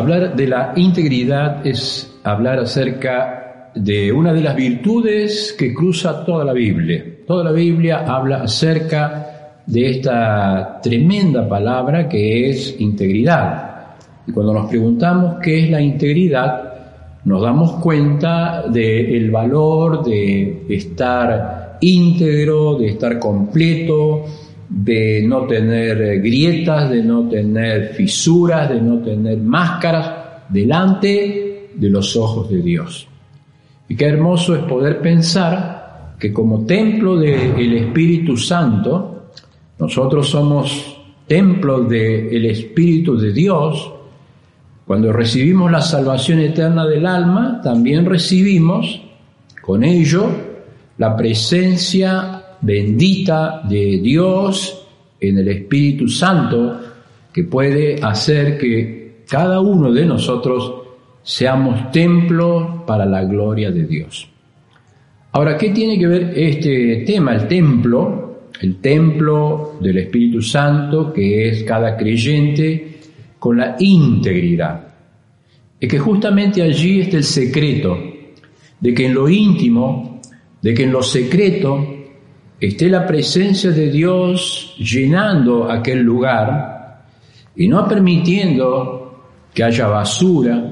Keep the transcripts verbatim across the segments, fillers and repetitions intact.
Hablar de la integridad es hablar acerca de una de las virtudes que cruza toda la Biblia. Toda la Biblia habla acerca de esta tremenda palabra que es integridad. Y cuando nos preguntamos qué es la integridad, nos damos cuenta del valor de estar íntegro, de estar completo, de no tener grietas, de no tener fisuras, de no tener máscaras delante de los ojos de Dios. Y qué hermoso es poder pensar que como templo del Espíritu Santo, nosotros somos templos del Espíritu de Dios. Cuando recibimos la salvación eterna del alma, también recibimos con ello la presencia bendita de Dios en el Espíritu Santo, que puede hacer que cada uno de nosotros seamos templos para la gloria de Dios. Ahora, ¿qué tiene que ver este tema, el templo, el templo del Espíritu Santo, que es cada creyente, con la integridad? Es que justamente allí está el secreto, de que en lo íntimo, de que en lo secreto, esté la presencia de Dios llenando aquel lugar y no permitiendo que haya basura,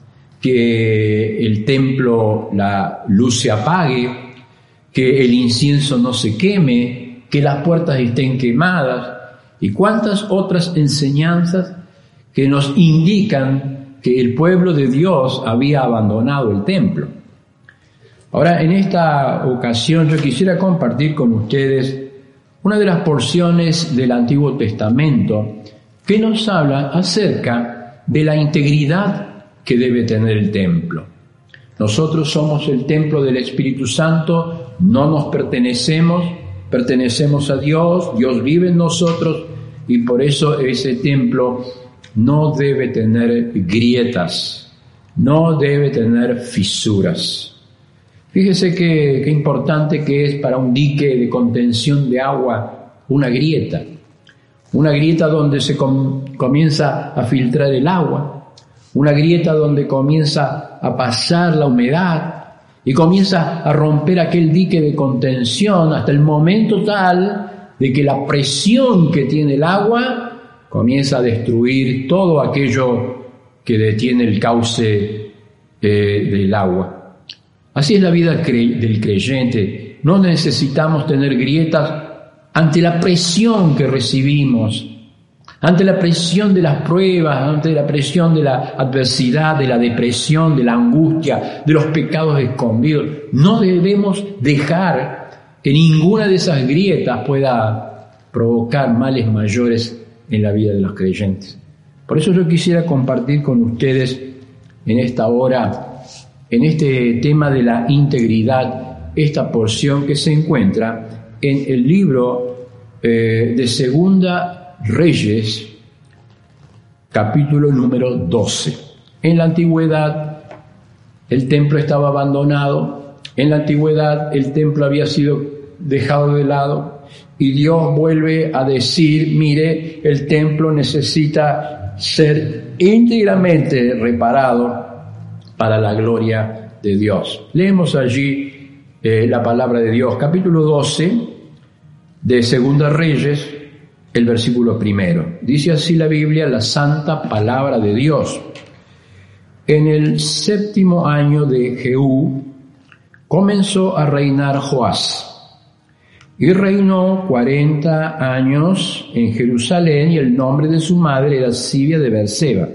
que el templo, la luz se apague, que el incienso no se queme, que las puertas estén quemadas y cuántas otras enseñanzas que nos indican que el pueblo de Dios había abandonado el templo. Ahora, en esta ocasión yo quisiera compartir con ustedes una de las porciones del Antiguo Testamento que nos habla acerca de la integridad que debe tener el templo. Nosotros somos el templo del Espíritu Santo, no nos pertenecemos, pertenecemos a Dios, Dios vive en nosotros y por eso ese templo no debe tener grietas, no debe tener fisuras. Fíjese qué, qué importante que es para un dique de contención de agua una grieta. Una grieta donde se com, comienza a filtrar el agua. Una grieta donde comienza a pasar la humedad y comienza a romper aquel dique de contención hasta el momento tal de que la presión que tiene el agua comienza a destruir todo aquello que detiene el cauce eh, del agua. Así es la vida del creyente. No necesitamos tener grietas ante la presión que recibimos, ante la presión de las pruebas, ante la presión de la adversidad, de la depresión, de la angustia, de los pecados escondidos. No debemos dejar que ninguna de esas grietas pueda provocar males mayores en la vida de los creyentes. Por eso yo quisiera compartir con ustedes en esta hora, en este tema de la integridad, esta porción que se encuentra en el libro eh, de Segunda Reyes, capítulo número doce. En la antigüedad el templo estaba abandonado, en la antigüedad el templo había sido dejado de lado y Dios vuelve a decir, mire, el templo necesita ser íntegramente reparado para la gloria de Dios. Leemos allí eh, la palabra de Dios, capítulo doce de Segunda Reyes, el versículo primero. Dice así la Biblia, la santa palabra de Dios. En el séptimo año de Jehú comenzó a reinar Joás, y reinó cuarenta años en Jerusalén, y el nombre de su madre era Sibia de Berseba.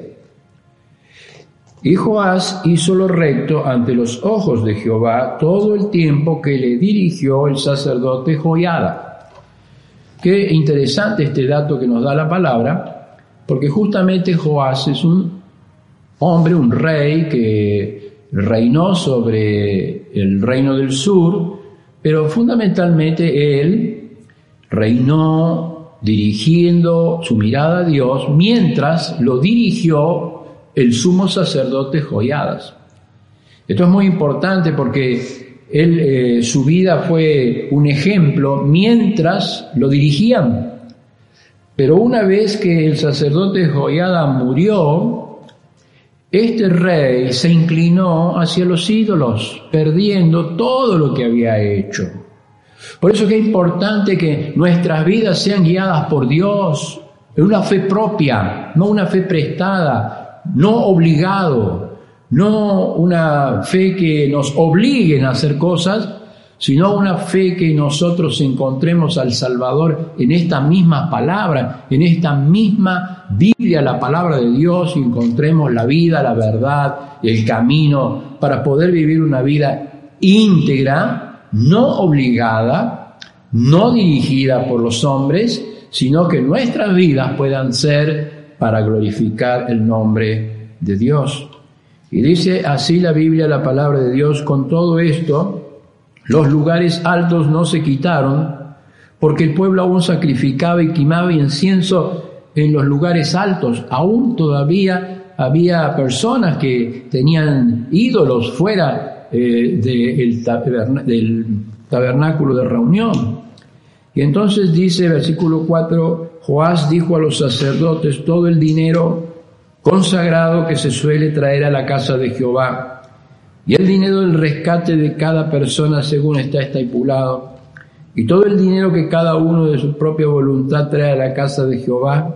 Y Joás hizo lo recto ante los ojos de Jehová todo el tiempo que le dirigió el sacerdote Joiada. Qué interesante este dato que nos da la palabra, porque justamente Joás es un hombre, un rey que reinó sobre el reino del sur, pero fundamentalmente él reinó dirigiendo su mirada a Dios mientras lo dirigió el sumo sacerdote Joiadas. Esto es muy importante porque él, eh, su vida fue un ejemplo mientras lo dirigían. Pero una vez que el sacerdote Joiada murió, este rey se inclinó hacia los ídolos, perdiendo todo lo que había hecho. Por eso es que es importante que nuestras vidas sean guiadas por Dios, en una fe propia, no una fe prestada, no obligado, no una fe que nos obliguen a hacer cosas, sino una fe que nosotros encontremos al Salvador en esta misma palabra, en esta misma Biblia, la palabra de Dios, y encontremos la vida, la verdad, el camino para poder vivir una vida íntegra, no obligada, no dirigida por los hombres, sino que nuestras vidas puedan ser para glorificar el nombre de Dios. Y dice así la Biblia, la palabra de Dios: con todo esto, los lugares altos no se quitaron, porque el pueblo aún sacrificaba y quemaba incienso en los lugares altos. Aún todavía había personas que tenían ídolos fuera eh, de el taberna, del tabernáculo de reunión. Y entonces dice, versículo cuatro, Joás dijo a los sacerdotes: todo el dinero consagrado que se suele traer a la casa de Jehová, y el dinero del rescate de cada persona según está estipulado, y todo el dinero que cada uno de su propia voluntad trae a la casa de Jehová,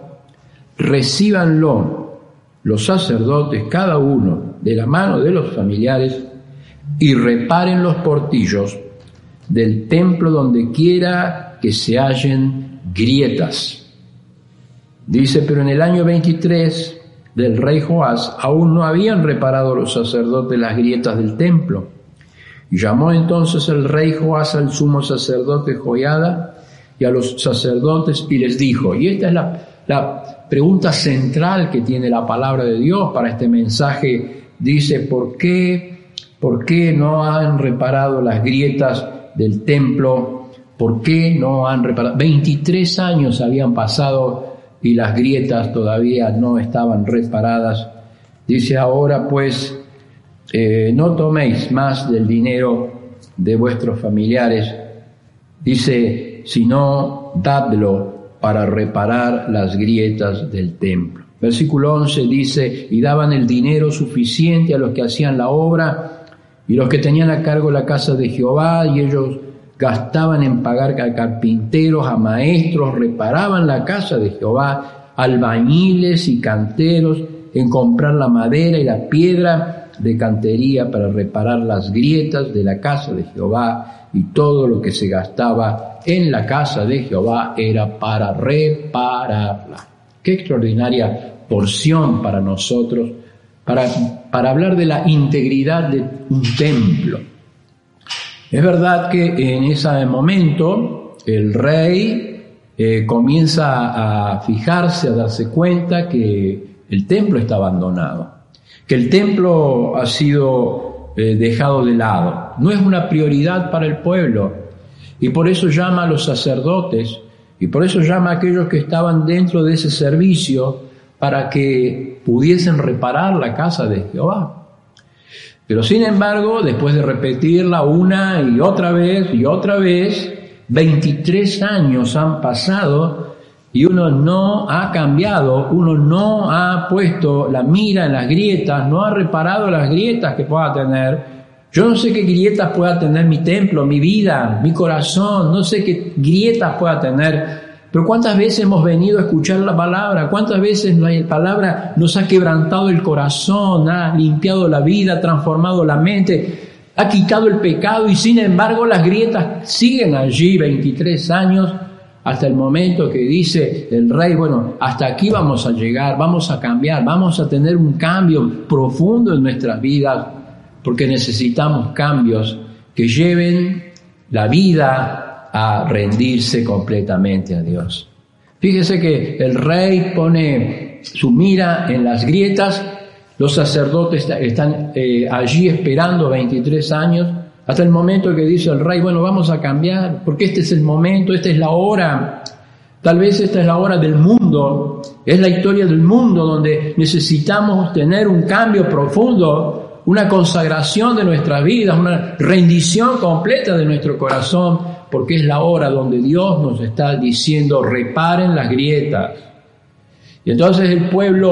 recíbanlo los sacerdotes, cada uno de la mano de los familiares, y reparen los portillos del templo donde quiera que se hallen grietas. Dice, pero en el año veintitrés del rey Joás aún no habían reparado los sacerdotes las grietas del templo. Y llamó entonces el rey Joás al sumo sacerdote Joiada y a los sacerdotes y les dijo, y esta es la, la pregunta central que tiene la palabra de Dios para este mensaje, dice, ¿por qué, por qué no han reparado las grietas del templo? ¿Por qué no han reparado? veintitrés años habían pasado y las grietas todavía no estaban reparadas. Dice, ahora pues, eh, no toméis más del dinero de vuestros familiares, dice, sino dadlo para reparar las grietas del templo. Versículo once dice, y daban el dinero suficiente a los que hacían la obra y los que tenían a cargo la casa de Jehová, y ellos gastaban en pagar a carpinteros, a maestros, reparaban la casa de Jehová, albañiles y canteros, en comprar la madera y la piedra de cantería para reparar las grietas de la casa de Jehová, y todo lo que se gastaba en la casa de Jehová era para repararla. Qué extraordinaria porción para nosotros, para, para hablar de la integridad de un templo. Es verdad que en ese momento el rey eh, comienza a fijarse, a darse cuenta que el templo está abandonado, que el templo ha sido eh, dejado de lado, no es una prioridad para el pueblo, y por eso llama a los sacerdotes, y por eso llama a aquellos que estaban dentro de ese servicio para que pudiesen reparar la casa de Jehová. Pero sin embargo, después de repetirla una y otra vez y otra vez, veintitrés años han pasado y uno no ha cambiado, uno no ha puesto la mira en las grietas, no ha reparado las grietas que pueda tener. Yo no sé qué grietas pueda tener mi templo, mi vida, mi corazón, no sé qué grietas pueda tener. Pero ¿cuántas veces hemos venido a escuchar la palabra? ¿Cuántas veces la palabra nos ha quebrantado el corazón, ha limpiado la vida, ha transformado la mente, ha quitado el pecado, y sin embargo las grietas siguen allí veintitrés años hasta el momento que dice el rey, bueno, hasta aquí vamos a llegar, vamos a cambiar, vamos a tener un cambio profundo en nuestras vidas, porque necesitamos cambios que lleven la vida a rendirse completamente a Dios. Fíjese que el rey pone su mira en las grietas, los sacerdotes están eh, allí esperando veintitrés años, hasta el momento que dice el rey, bueno, vamos a cambiar, porque este es el momento, esta es la hora, tal vez esta es la hora del mundo, es la historia del mundo donde necesitamos tener un cambio profundo, una consagración de nuestras vidas, una rendición completa de nuestro corazón, porque es la hora donde Dios nos está diciendo, reparen las grietas. Y entonces el pueblo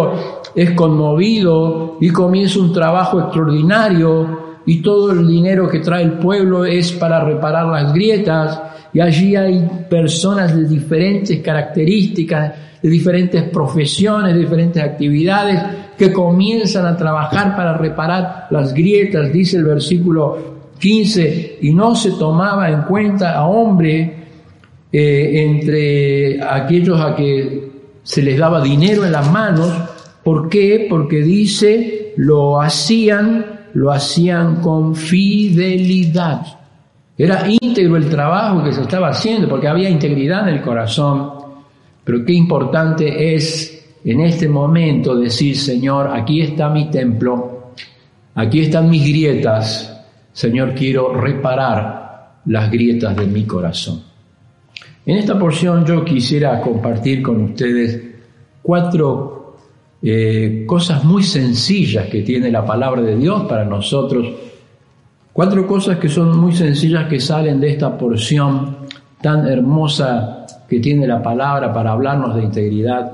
es conmovido y comienza un trabajo extraordinario, y todo el dinero que trae el pueblo es para reparar las grietas, y allí hay personas de diferentes características, de diferentes profesiones, de diferentes actividades, que comienzan a trabajar para reparar las grietas. Dice el versículo quince, y no se tomaba en cuenta a hombre eh, entre aquellos a que se les daba dinero en las manos. ¿Por qué? Porque dice, lo hacían, lo hacían con fidelidad. Era íntegro el trabajo que se estaba haciendo, porque había integridad en el corazón. Pero qué importante es en este momento decir, Señor, aquí está mi templo, aquí están mis grietas. Señor, quiero reparar las grietas de mi corazón. En esta porción yo quisiera compartir con ustedes cuatro eh, cosas muy sencillas que tiene la palabra de Dios para nosotros. Cuatro cosas que son muy sencillas, que salen de esta porción tan hermosa que tiene la palabra para hablarnos de integridad.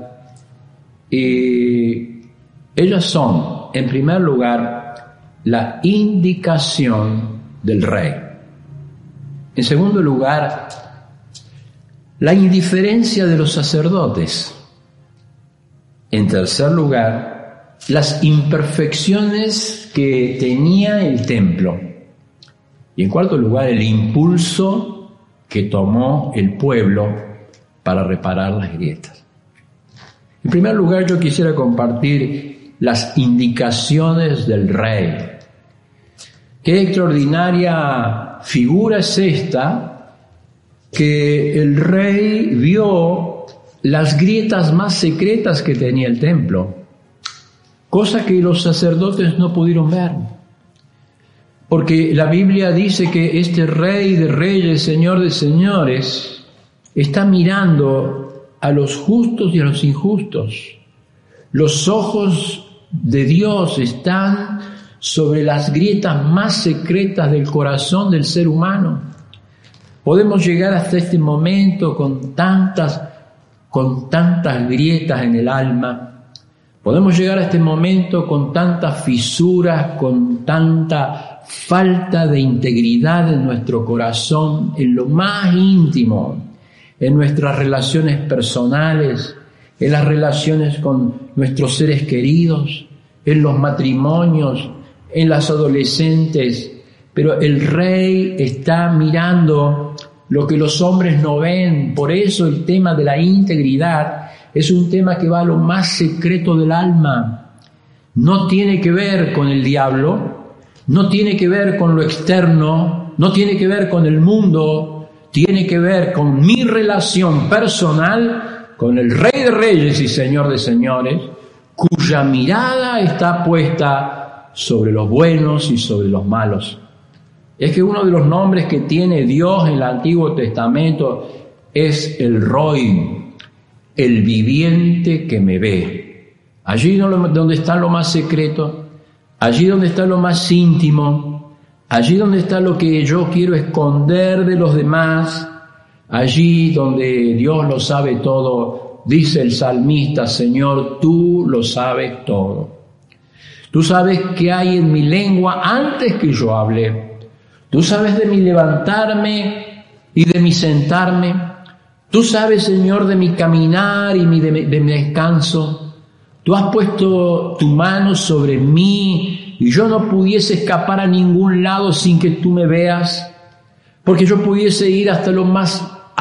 Y ellas son, en primer lugar, la indicación del rey. En segundo lugar, la indiferencia de los sacerdotes. En tercer lugar, las imperfecciones que tenía el templo. Y en cuarto lugar, el impulso que tomó el pueblo para reparar las grietas. En primer lugar, yo quisiera compartir las indicaciones del rey. Qué extraordinaria figura es esta, que el rey vio las grietas más secretas que tenía el templo, cosa que los sacerdotes no pudieron ver. Porque la Biblia dice que este rey de reyes, señor de señores, está mirando a los justos y a los injustos. Los ojos de Dios están sobre las grietas más secretas del corazón del ser humano. Podemos llegar hasta este momento con tantas, con tantas grietas en el alma. Podemos llegar a este momento con tantas fisuras, con tanta falta de integridad en nuestro corazón, en lo más íntimo, en nuestras relaciones personales, en las relaciones con nuestros seres queridos, en los matrimonios, en las adolescentes. Pero el rey está mirando lo que los hombres no ven. Por eso el tema de la integridad es un tema que va a lo más secreto del alma. No tiene que ver con el diablo, no tiene que ver con lo externo, no tiene que ver con el mundo, tiene que ver con mi relación personal con el Rey de Reyes y Señor de Señores, cuya mirada está puesta sobre los buenos y sobre los malos. Es que uno de los nombres que tiene Dios en el Antiguo Testamento es el Roy, el viviente que me ve. Allí donde está lo más secreto, allí donde está lo más íntimo, allí donde está lo que yo quiero esconder de los demás, allí donde Dios lo sabe todo, dice el salmista, Señor, tú lo sabes todo. Tú sabes qué hay en mi lengua antes que yo hable. Tú sabes de mi levantarme y de mi sentarme. Tú sabes, Señor, de mi caminar y mi, de, mi, de mi descanso. Tú has puesto tu mano sobre mí y yo no pudiese escapar a ningún lado sin que tú me veas, porque yo pudiese ir hasta lo más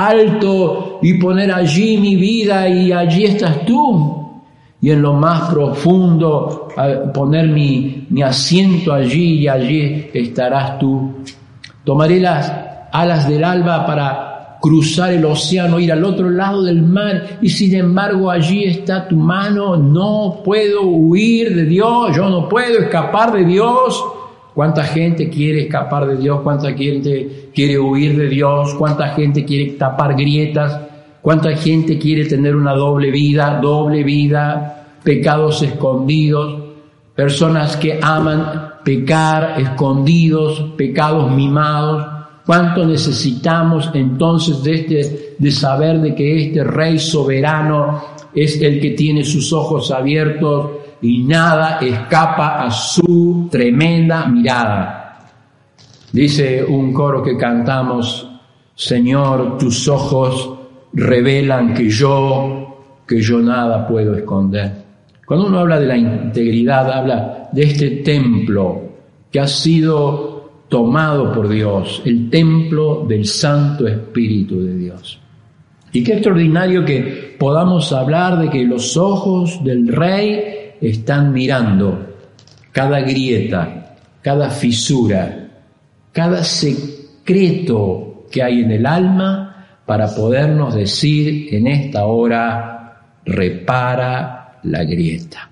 alto y poner allí mi vida y allí estás tú. Y en lo más profundo poner mi, mi asiento allí y allí estarás tú. Tomaré las alas del alba para cruzar el océano, ir al otro lado del mar, y sin embargo allí está tu mano. No puedo huir de Dios, yo no puedo escapar de Dios. ¿Cuánta gente quiere escapar de Dios? ¿Cuánta gente quiere huir de Dios? ¿Cuánta gente quiere tapar grietas? ¿Cuánta gente quiere tener una doble vida, doble vida, pecados escondidos? Personas que aman pecar escondidos, pecados mimados. ¿Cuánto necesitamos entonces de, este, de saber de que este Rey soberano es el que tiene sus ojos abiertos y nada escapa a su tremenda mirada. Dice un coro que cantamos: Señor, tus ojos revelan que yo, que yo nada puedo esconder. Cuando uno habla de la integridad, habla de este templo que ha sido tomado por Dios, el templo del Santo Espíritu de Dios. Y qué extraordinario que podamos hablar de que los ojos del Rey están mirando cada grieta, cada fisura, cada secreto que hay en el alma para podernos decir en esta hora: repara la grieta,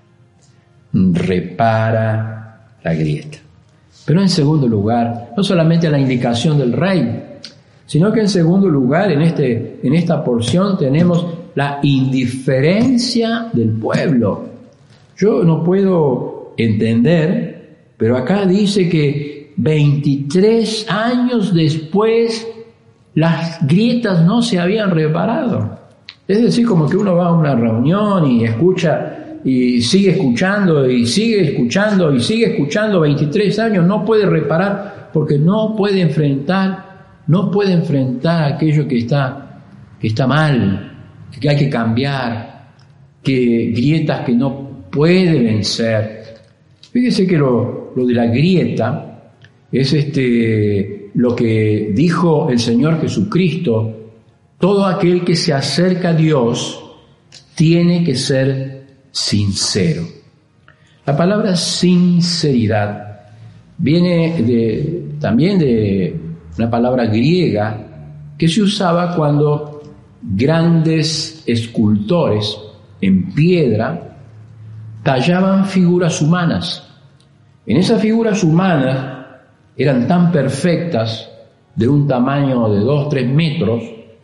repara la grieta. Pero en segundo lugar, no solamente la indicación del Rey, sino que en segundo lugar, en, este, en esta porción tenemos la indiferencia del pueblo. Yo no puedo entender, pero acá dice que veintitrés años después las grietas no se habían reparado. Es decir, como que uno va a una reunión y escucha y sigue escuchando y sigue escuchando y sigue escuchando veintitrés años, no puede reparar porque no puede enfrentar, no puede enfrentar aquello que está, que está mal, que hay que cambiar, que grietas que no puede vencer. Fíjese que lo, lo de la grieta es este, lo que dijo el Señor Jesucristo: todo aquel que se acerca a Dios tiene que ser sincero. La palabra sinceridad viene de, también de una palabra griega que se usaba cuando grandes escultores en piedra tallaban figuras humanas. En esas figuras humanas eran tan perfectas, de un tamaño de dos, tres metros,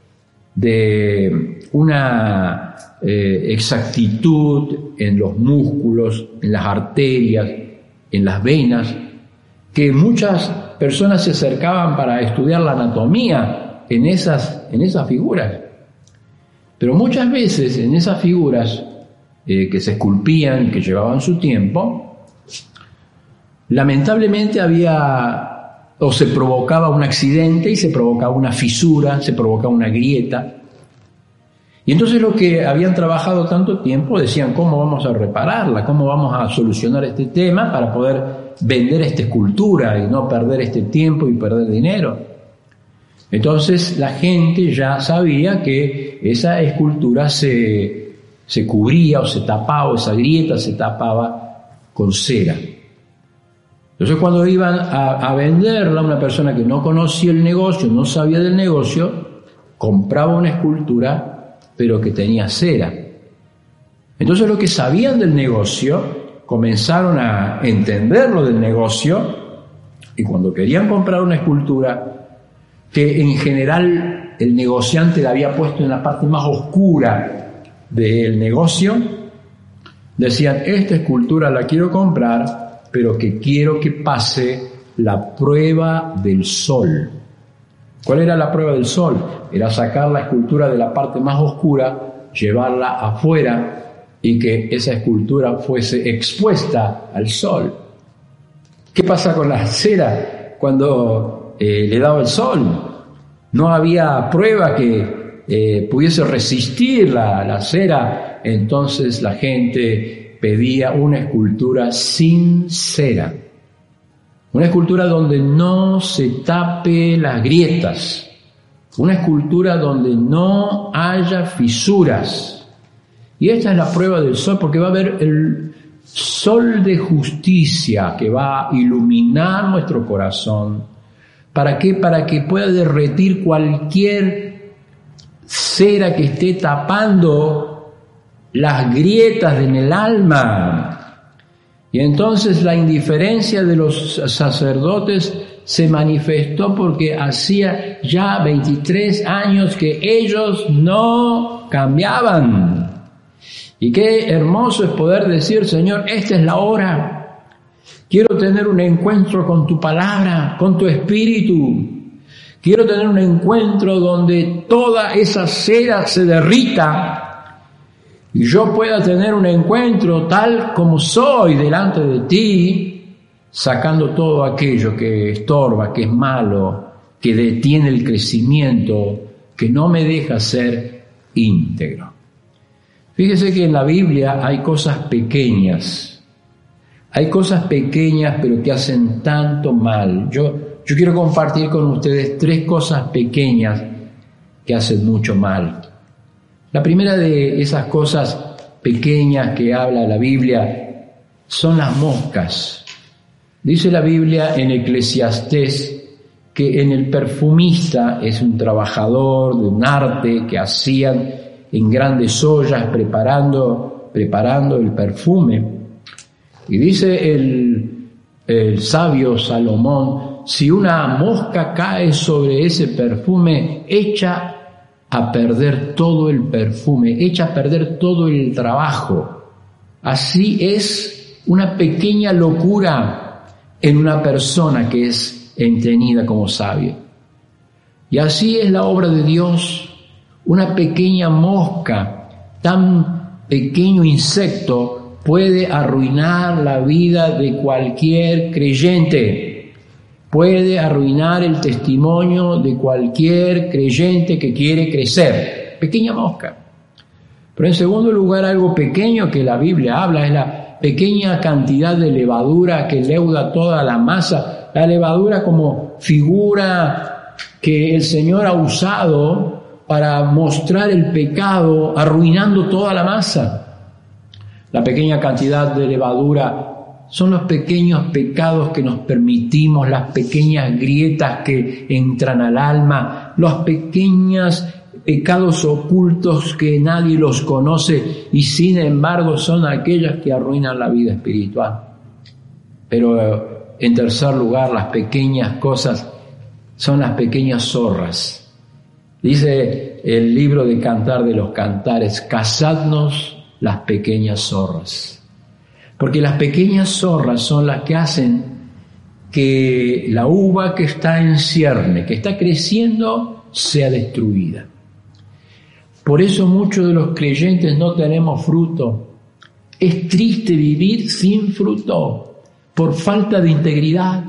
de una eh, exactitud en los músculos, en las arterias, en las venas, que muchas personas se acercaban para estudiar la anatomía en esas, en esas figuras. Pero muchas veces en esas figuras eh, que se esculpían, que llevaban su tiempo, lamentablemente había o se provocaba un accidente y se provocaba una fisura, se provocaba una grieta. Y entonces los que habían trabajado tanto tiempo decían: ¿cómo vamos a repararla? ¿Cómo vamos a solucionar este tema para poder vender esta escultura y no perder este tiempo y perder dinero? Entonces la gente ya sabía que esa escultura se, se cubría o se tapaba, o esa grieta se tapaba con cera. Entonces cuando iban a, a venderla a una persona que no conocía el negocio, no sabía del negocio, compraba una escultura pero que tenía cera. Entonces los que sabían del negocio comenzaron a entender lo del negocio, y cuando querían comprar una escultura que en general el negociante la había puesto en la parte más oscura del negocio, decían: esta escultura la quiero comprar, pero que quiero que pase la prueba del sol. ¿Cuál era la prueba del sol? Era sacar la escultura de la parte más oscura, llevarla afuera y que esa escultura fuese expuesta al sol. ¿Qué pasa con la cera cuando eh, le daba el sol? No había prueba que eh, pudiese resistir la, la cera, entonces la gente pedía una escultura sin cera, una escultura donde no se tape las grietas, una escultura donde no haya fisuras. Y esta es la prueba del sol, porque va a haber el sol de justicia que va a iluminar nuestro corazón. ¿Para qué? Para que pueda derretir cualquier cera que esté tapando las grietas en el alma. Y entonces la indiferencia de los sacerdotes se manifestó porque hacía ya veintitrés años que ellos no cambiaban. Y qué hermoso es poder decir: Señor, esta es la hora. Quiero tener un encuentro con tu palabra, con tu espíritu. Quiero tener un encuentro donde toda esa cera se derrita. y yo pueda tener un encuentro tal como soy delante de ti, sacando todo aquello que estorba, que es malo, que detiene el crecimiento, que no me deja ser íntegro. Fíjese que en la Biblia hay cosas pequeñas, hay cosas pequeñas pero que hacen tanto mal. Yo, yo quiero compartir con ustedes tres cosas pequeñas que hacen mucho mal. La primera de esas cosas pequeñas que habla la Biblia son las moscas. Dice la Biblia en Eclesiastés que en el perfumista es un trabajador de un arte que hacían en grandes ollas preparando, preparando el perfume. Y dice el, el sabio Salomón, si una mosca cae sobre ese perfume, echa a perder todo el perfume, echa a perder todo el trabajo. Así es una pequeña locura en una persona que es entendida como sabia. Y así es la obra de Dios. Una pequeña mosca, tan pequeño insecto, puede arruinar la vida de cualquier creyente. Puede arruinar el testimonio de cualquier creyente que quiere crecer. Pequeña mosca. Pero en segundo lugar, algo pequeño que la Biblia habla es la pequeña cantidad de levadura que leuda toda la masa. La levadura como figura que el Señor ha usado para mostrar el pecado, arruinando toda la masa. La pequeña cantidad de levadura son los pequeños pecados que nos permitimos, las pequeñas grietas que entran al alma, los pequeños pecados ocultos que nadie los conoce y sin embargo son aquellas que arruinan la vida espiritual. Pero en tercer lugar, las pequeñas cosas son las pequeñas zorras. Dice el libro de Cantar de los Cantares, cazadnos las pequeñas zorras. Porque las pequeñas zorras son las que hacen que la uva que está en cierne, que está creciendo, sea destruida. Por eso muchos de los creyentes no tenemos fruto. Es triste vivir sin fruto por falta de integridad.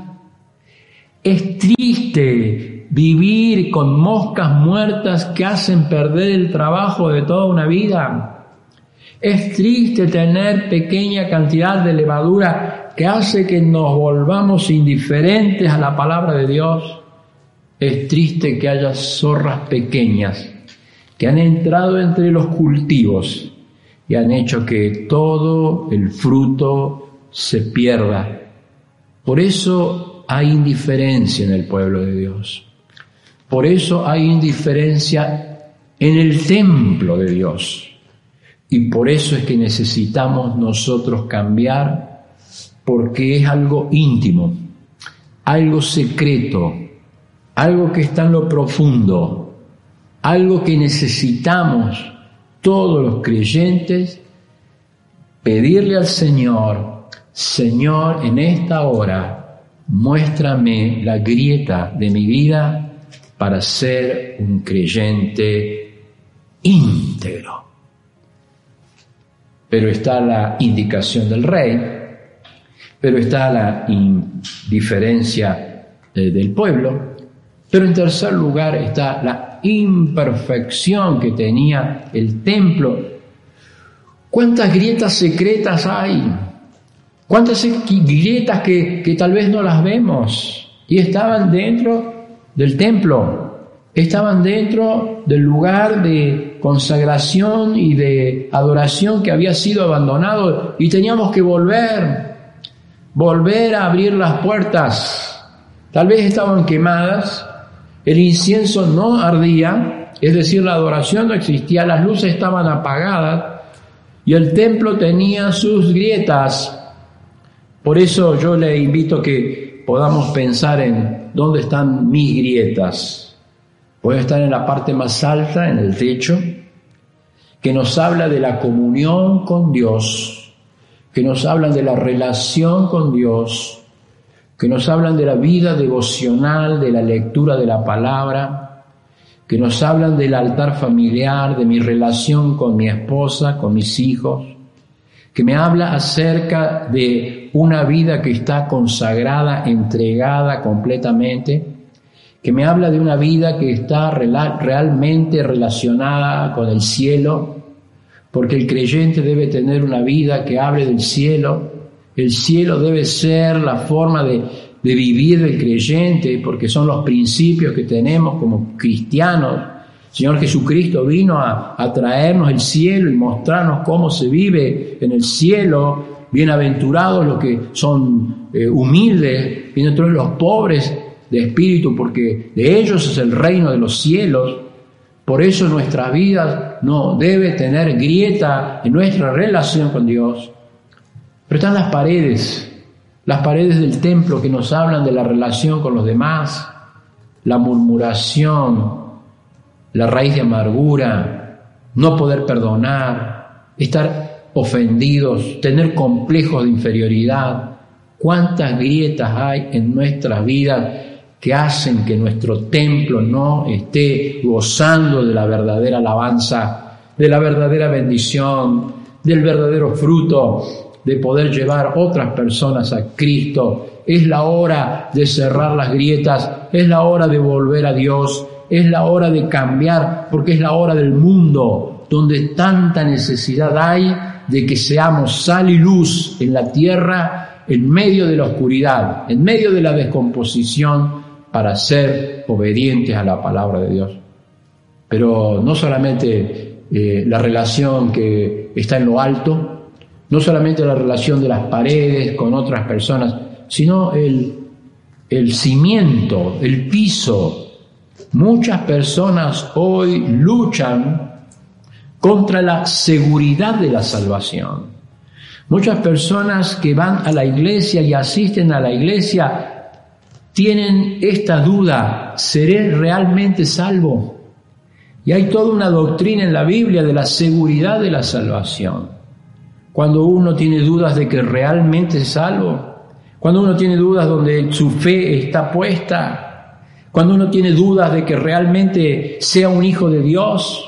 Es triste vivir con moscas muertas que hacen perder el trabajo de toda una vida. Es triste tener pequeña cantidad de levadura que hace que nos volvamos indiferentes a la palabra de Dios. Es triste que haya zorras pequeñas que han entrado entre los cultivos y han hecho que todo el fruto se pierda. Por eso hay indiferencia en el pueblo de Dios. Por eso hay indiferencia en el templo de Dios. Y por eso es que necesitamos nosotros cambiar, porque es algo íntimo, algo secreto, algo que está en lo profundo, algo que necesitamos todos los creyentes pedirle al Señor: Señor, en esta hora, muéstrame la grieta de mi vida para ser un creyente íntegro. Pero está la indicación del rey, pero está la indiferencia eh, del pueblo, pero en tercer lugar está la imperfección que tenía el templo. ¿Cuántas grietas secretas hay? ¿Cuántas grietas que, que tal vez no las vemos? Y estaban dentro del templo, estaban dentro del lugar de consagración y de adoración que había sido abandonado, y teníamos que volver, volver a abrir las puertas. Tal vez estaban quemadas, el incienso no ardía, es decir, la adoración no existía, las luces estaban apagadas y el templo tenía sus grietas. Por eso yo le invito que podamos pensar en dónde están mis grietas. Puede estar en la parte más alta, en el techo, que nos habla de la comunión con Dios, que nos hablan de la relación con Dios, que nos hablan de la vida devocional, de la lectura de la palabra, que nos hablan del altar familiar, de mi relación con mi esposa, con mis hijos, que me habla acerca de una vida que está consagrada, entregada completamente, que me habla de una vida que está realmente relacionada con el cielo, porque el creyente debe tener una vida que hable del cielo. El cielo debe ser la forma de, de vivir del creyente, porque son los principios que tenemos como cristianos. El Señor Jesucristo vino a, a traernos el cielo y mostrarnos cómo se vive en el cielo. Bienaventurados los que son eh, humildes, bienaventurados los pobres de espíritu, porque de ellos es el reino de los cielos. Por eso nuestra vida no debe tener grieta en nuestra relación con Dios. Pero están las paredes, las paredes del templo que nos hablan de la relación con los demás, la murmuración, la raíz de amargura, no poder perdonar, estar ofendidos, tener complejos de inferioridad. ¿Cuántas grietas hay en nuestras vidas que hacen que nuestro templo no esté gozando de la verdadera alabanza, de la verdadera bendición, del verdadero fruto, de poder llevar otras personas a Cristo? Es la hora de cerrar las grietas, es la hora de volver a Dios, es la hora de cambiar, porque es la hora del mundo, donde tanta necesidad hay de que seamos sal y luz en la tierra, en medio de la oscuridad, en medio de la descomposición, para ser obedientes a la palabra de Dios. Pero no solamente eh, la relación que está en lo alto, no solamente la relación de las paredes con otras personas, sino el, el cimiento, el piso. Muchas personas hoy luchan contra la seguridad de la salvación. Muchas personas que van a la iglesia y asisten a la iglesia tienen esta duda: ¿seré realmente salvo? Y hay toda una doctrina en la Biblia de la seguridad de la salvación. Cuando uno tiene dudas de que realmente es salvo, cuando uno tiene dudas donde su fe está puesta, cuando uno tiene dudas de que realmente sea un hijo de Dios,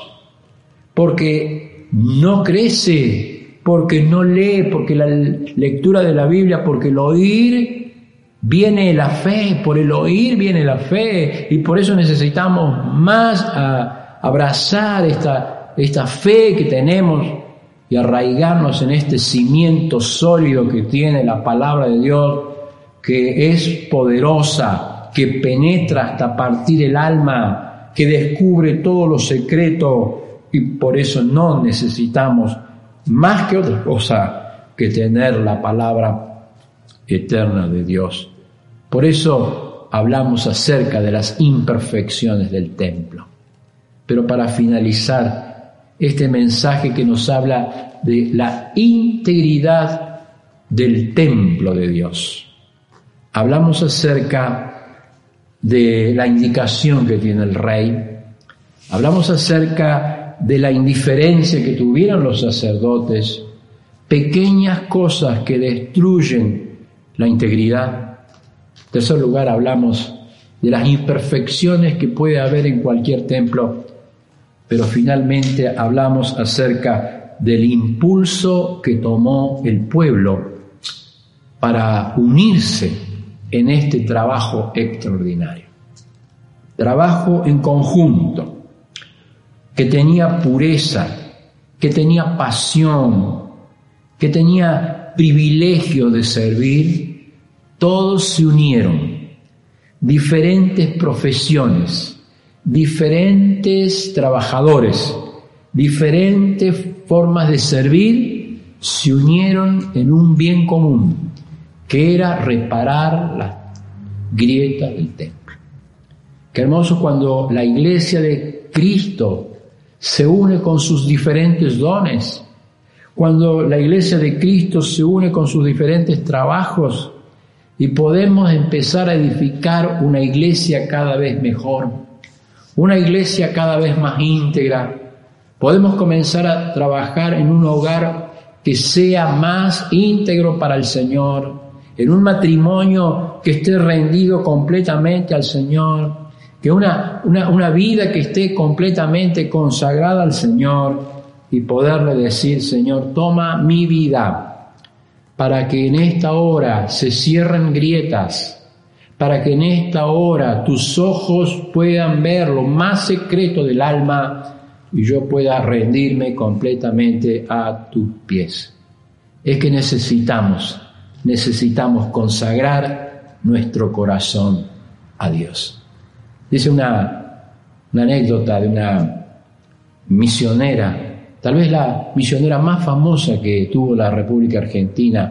porque no crece, porque no lee, porque la lectura de la Biblia, porque el oír viene la fe, por el oír viene la fe, y por eso necesitamos más a abrazar esta, esta fe que tenemos y arraigarnos en este cimiento sólido que tiene la palabra de Dios, que es poderosa, que penetra hasta partir el alma, que descubre todos los secretos, y por eso no necesitamos más que otra cosa que tener la palabra eterna de Dios. Por eso hablamos acerca de las imperfecciones del templo. Pero para finalizar este mensaje que nos habla de la integridad del templo de Dios, hablamos acerca de la indicación que tiene el rey, hablamos acerca de la indiferencia que tuvieron los sacerdotes, pequeñas cosas que destruyen la integridad. En tercer lugar, hablamos de las imperfecciones que puede haber en cualquier templo, pero finalmente hablamos acerca del impulso que tomó el pueblo para unirse en este trabajo extraordinario. Trabajo en conjunto, que tenía pureza, que tenía pasión, que tenía privilegio de servir. Todos se unieron, diferentes profesiones, diferentes trabajadores, diferentes formas de servir, se unieron en un bien común, que era reparar las grietas del templo. Qué hermoso cuando la iglesia de Cristo se une con sus diferentes dones, cuando la iglesia de Cristo se une con sus diferentes trabajos, y podemos empezar a edificar una iglesia cada vez mejor, una iglesia cada vez más íntegra. Podemos comenzar a trabajar en un hogar que sea más íntegro para el Señor, en un matrimonio que esté rendido completamente al Señor, que una, una, una vida que esté completamente consagrada al Señor y poderle decir, Señor, toma mi vida para que en esta hora se cierren grietas, para que en esta hora tus ojos puedan ver lo más secreto del alma y yo pueda rendirme completamente a tus pies. Es que necesitamos, necesitamos consagrar nuestro corazón a Dios. Dice una, una anécdota de una misionera, tal vez la misionera más famosa que tuvo la República Argentina,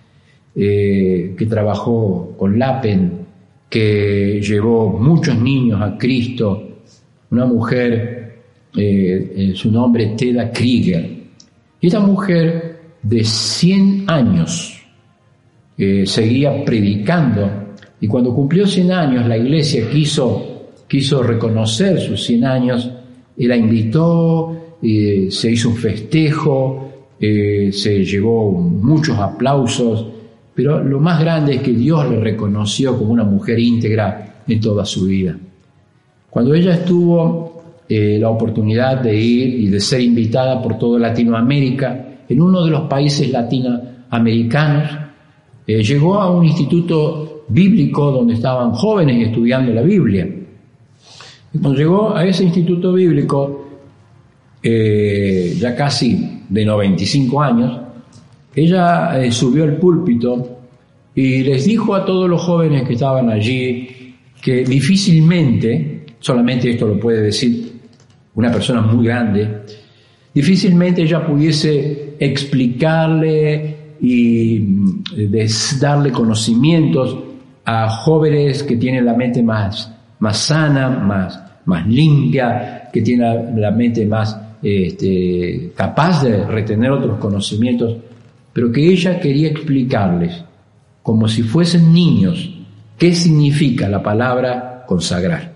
eh, que trabajó con Lapen, que llevó muchos niños a Cristo, una mujer, eh, eh, su nombre es Teda Krieger. Y esta mujer de cien años eh, seguía predicando, y cuando cumplió cien años la iglesia quiso, quiso reconocer sus cien años, y la invitó, eh, se hizo un festejo, eh, se llevó muchos aplausos, pero lo más grande es que Dios le reconoció como una mujer íntegra en toda su vida. Cuando ella tuvo eh, la oportunidad de ir y de ser invitada por toda Latinoamérica, en uno de los países latinoamericanos, eh, llegó a un instituto bíblico donde estaban jóvenes estudiando la Biblia. Y cuando llegó a ese instituto bíblico, eh, ya casi de noventa y cinco años, ella eh, subió al púlpito y les dijo a todos los jóvenes que estaban allí que difícilmente, solamente esto lo puede decir una persona muy grande, difícilmente ella pudiese explicarle y des, darle conocimientos a jóvenes que tienen la mente más, más sana, más, más limpia, que tienen la mente más este, capaz de retener otros conocimientos, pero que ella quería explicarles, como si fuesen niños, qué significa la palabra consagrar.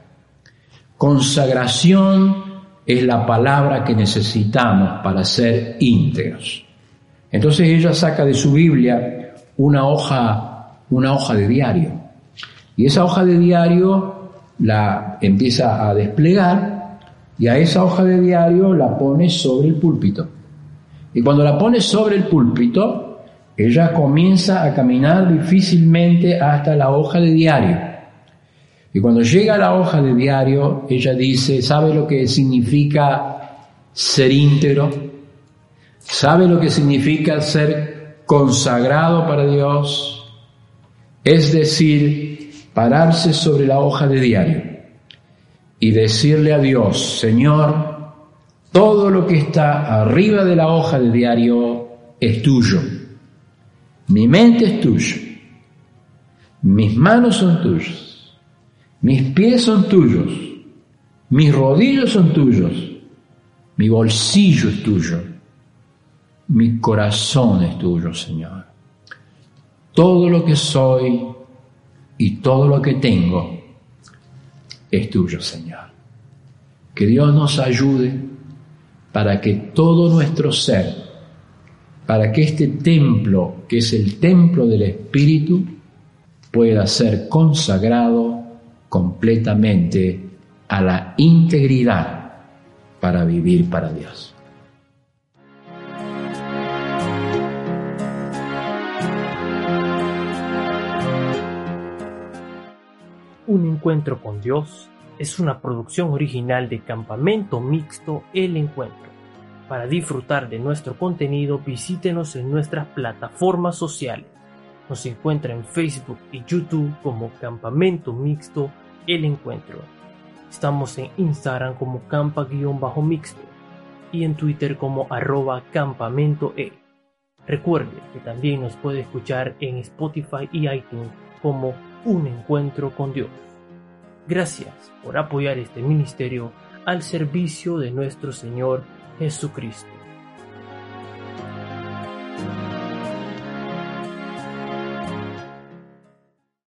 Consagración es la palabra que necesitamos para ser íntegros. Entonces ella saca de su Biblia una hoja, una hoja de diario, y esa hoja de diario la empieza a desplegar, y a esa hoja de diario la pone sobre el púlpito. Y cuando la pone sobre el púlpito, ella comienza a caminar difícilmente hasta la hoja de diario. Y cuando llega a la hoja de diario, ella dice, ¿sabe lo que significa ser íntegro? ¿Sabe lo que significa ser consagrado para Dios? Es decir, pararse sobre la hoja de diario y decirle a Dios, Señor, todo lo que está arriba de la hoja de diario es tuyo. Mi mente es tuya. Mis manos son tuyas. Mis pies son tuyos. Mis rodillos son tuyos. Mi bolsillo es tuyo. Mi corazón es tuyo, Señor. Todo lo que soy y todo lo que tengo es tuyo, Señor. Que Dios nos ayude para que todo nuestro ser, para que este templo, que es el templo del Espíritu, pueda ser consagrado completamente a la integridad para vivir para Dios. Un encuentro con Dios es una producción original de Campamento Mixto El Encuentro. Para disfrutar de nuestro contenido, visítenos en nuestras plataformas sociales. Nos encuentra en Facebook y YouTube como Campamento Mixto El Encuentro. Estamos en Instagram como campa-mixto y en Twitter como arroba campamento el. Recuerde que también nos puede escuchar en Spotify y iTunes como Un Encuentro con Dios. Gracias por apoyar este ministerio al servicio de nuestro Señor Jesucristo.